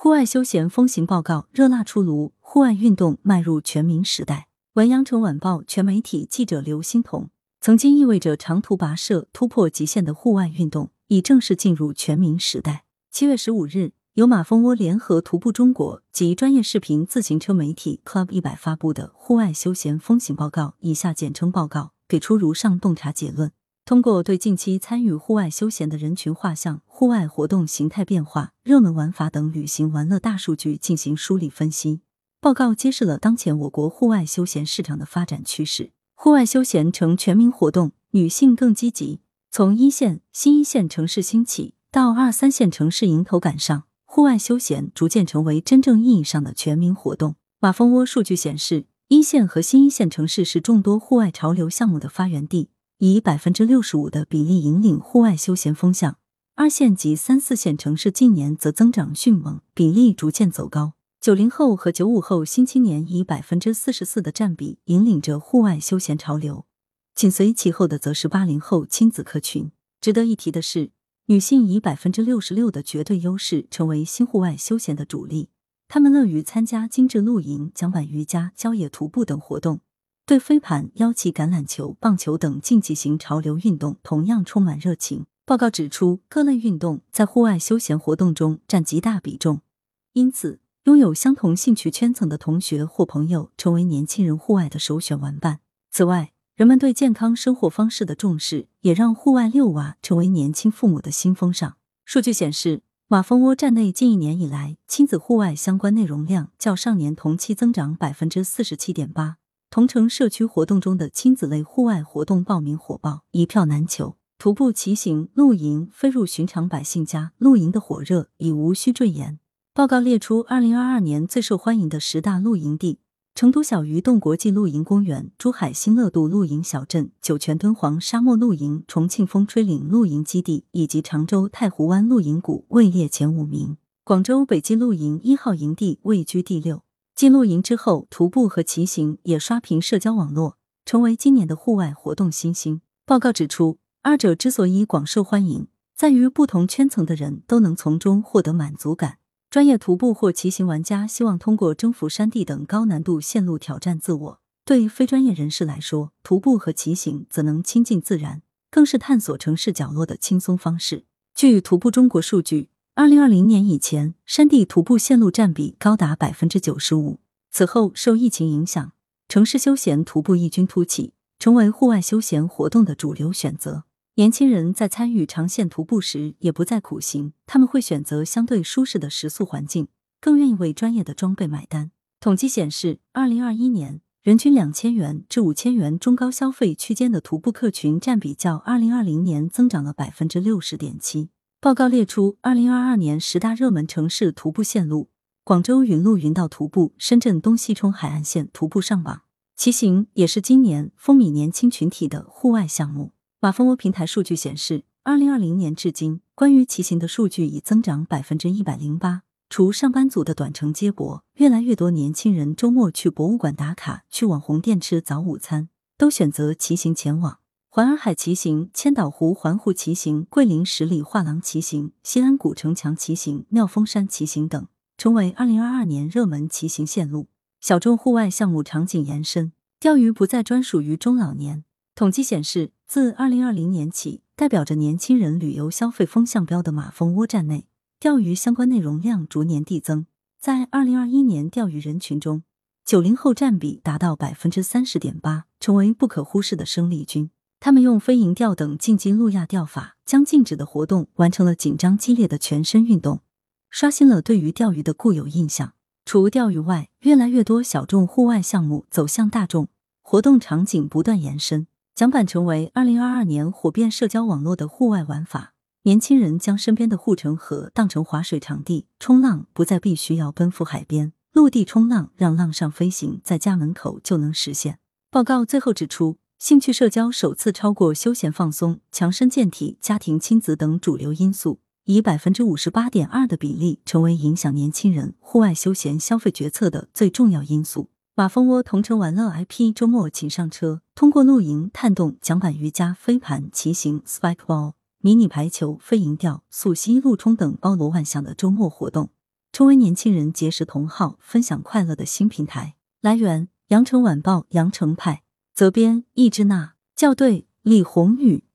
户外休闲风行报告热辣出炉，户外运动迈入全民时代。文阳城晚报全媒体记者刘欣彤。曾经意味着长途跋涉突破极限的户外运动，已正式进入全民时代。7月15日，由马蜂窝联合徒步中国及专业视频自行车媒体 Club 100发布的户外休闲风行报告（以下简称报告）给出如上洞察结论。通过对近期参与户外休闲的人群画像、户外活动形态变化、热门玩法等旅行玩乐大数据进行梳理分析，报告揭示了当前我国户外休闲市场的发展趋势。户外休闲成全民活动，女性更积极。从一线、新一线城市兴起到2、3线城市迎头赶上，户外休闲逐渐成为真正意义上的全民活动。马蜂窝数据显示，一线和新一线城市是众多户外潮流项目的发源地，以 65% 的比例引领户外休闲风向。2线及3、4线城市近年则增长迅猛，比例逐渐走高。90后和95后新青年以 44% 的占比引领着户外休闲潮流，紧随其后的则是80后亲子客群。值得一提的是，女性以 66% 的绝对优势成为新户外休闲的主力，她们乐于参加精致露营、桨板瑜伽、郊野徒步等活动，对飞盘、腰旗、橄榄球、棒球等竞技型潮流运动同样充满热情。报告指出，各类运动在户外休闲活动中占极大比重，因此拥有相同兴趣圈层的同学或朋友成为年轻人户外的首选玩伴。此外，人们对健康生活方式的重视，也让户外遛娃成为年轻父母的新风尚。数据显示，马蜂窝站内近1年以来，亲子户外相关内容量较上年同期增长 47.8%， 同城社区活动中的亲子类户外活动报名火爆，一票难求。徒步、骑行、露营飞入寻常百姓家，露营的火热已无需赘言。报告列出2022年最受欢迎的10大露营地：成都小鱼洞国际露营公园、珠海新乐度露营小镇、酒泉敦煌沙漠露营、重庆风吹岭露营基地以及常州太湖湾露营谷位列前5名。广州北极露营1号营地位居第6。继露营之后，徒步和骑行也刷屏社交网络，成为今年的户外活动新星。报告指出，二者之所以广受欢迎，在于不同圈层的人都能从中获得满足感。专业徒步或骑行玩家希望通过征服山地等高难度线路挑战自我，对非专业人士来说，徒步和骑行则能亲近自然，更是探索城市角落的轻松方式。据徒步中国数据，2020年以前，山地徒步线路占比高达 95%。此后受疫情影响，城市休闲徒步异军突起，成为户外休闲活动的主流选择。年轻人在参与长线徒步时也不再苦行，他们会选择相对舒适的食宿环境，更愿意为专业的装备买单。统计显示，2021年人均2000元至5000元中高消费区间的徒步客群占比较2020年增长了 60.7%。报告列出2022年10大热门城市徒步线路，广州云路云道徒步、深圳东西冲海岸线徒步上榜。骑行也是今年风靡年轻群体的户外项目。马蜂窝平台数据显示，2020年至今，关于骑行的数据已增长 108%。除上班族的短程接驳，越来越多年轻人周末去博物馆打卡，去网红店吃早午餐，都选择骑行前往。环洱海骑行、千岛湖环湖骑行、桂林十里画廊骑行、西安古城墙骑行、妙峰山骑行等，成为2022年热门骑行线路。小众户外项目场景延伸，钓鱼不再专属于中老年。统计显示，自2020年起，代表着年轻人旅游消费风向标的马蜂窝站内，钓鱼相关内容量逐年递增。在2021年钓鱼人群中，90后占比达到 30.8%， 成为不可忽视的生力军。他们用飞蝇钓等竞技路亚钓法，将静止的活动完成了紧张激烈的全身运动，刷新了对于钓鱼的固有印象。除钓鱼外，越来越多小众户外项目走向大众，活动场景不断延伸。桨板成为2022年火遍社交网络的户外玩法，年轻人将身边的护城河当成滑水场地，冲浪不再必须要奔赴海边，陆地冲浪让浪上飞行在家门口就能实现。报告最后指出，兴趣社交首次超过休闲放松、强身健体、家庭亲子等主流因素，以 58.2% 的比例成为影响年轻人户外休闲消费决策的最重要因素。马蜂窝同城玩乐 IP 周末请上车，通过露营、探洞、桨板瑜伽、飞盘、骑行、spikeball、迷你排球、飞蝇钓、溯溪、路冲等包罗万象的周末活动， 成为年轻人结识同好、分享快乐的新平台。来源：羊城晚报羊城派，责编：易之娜，校对：李红宇。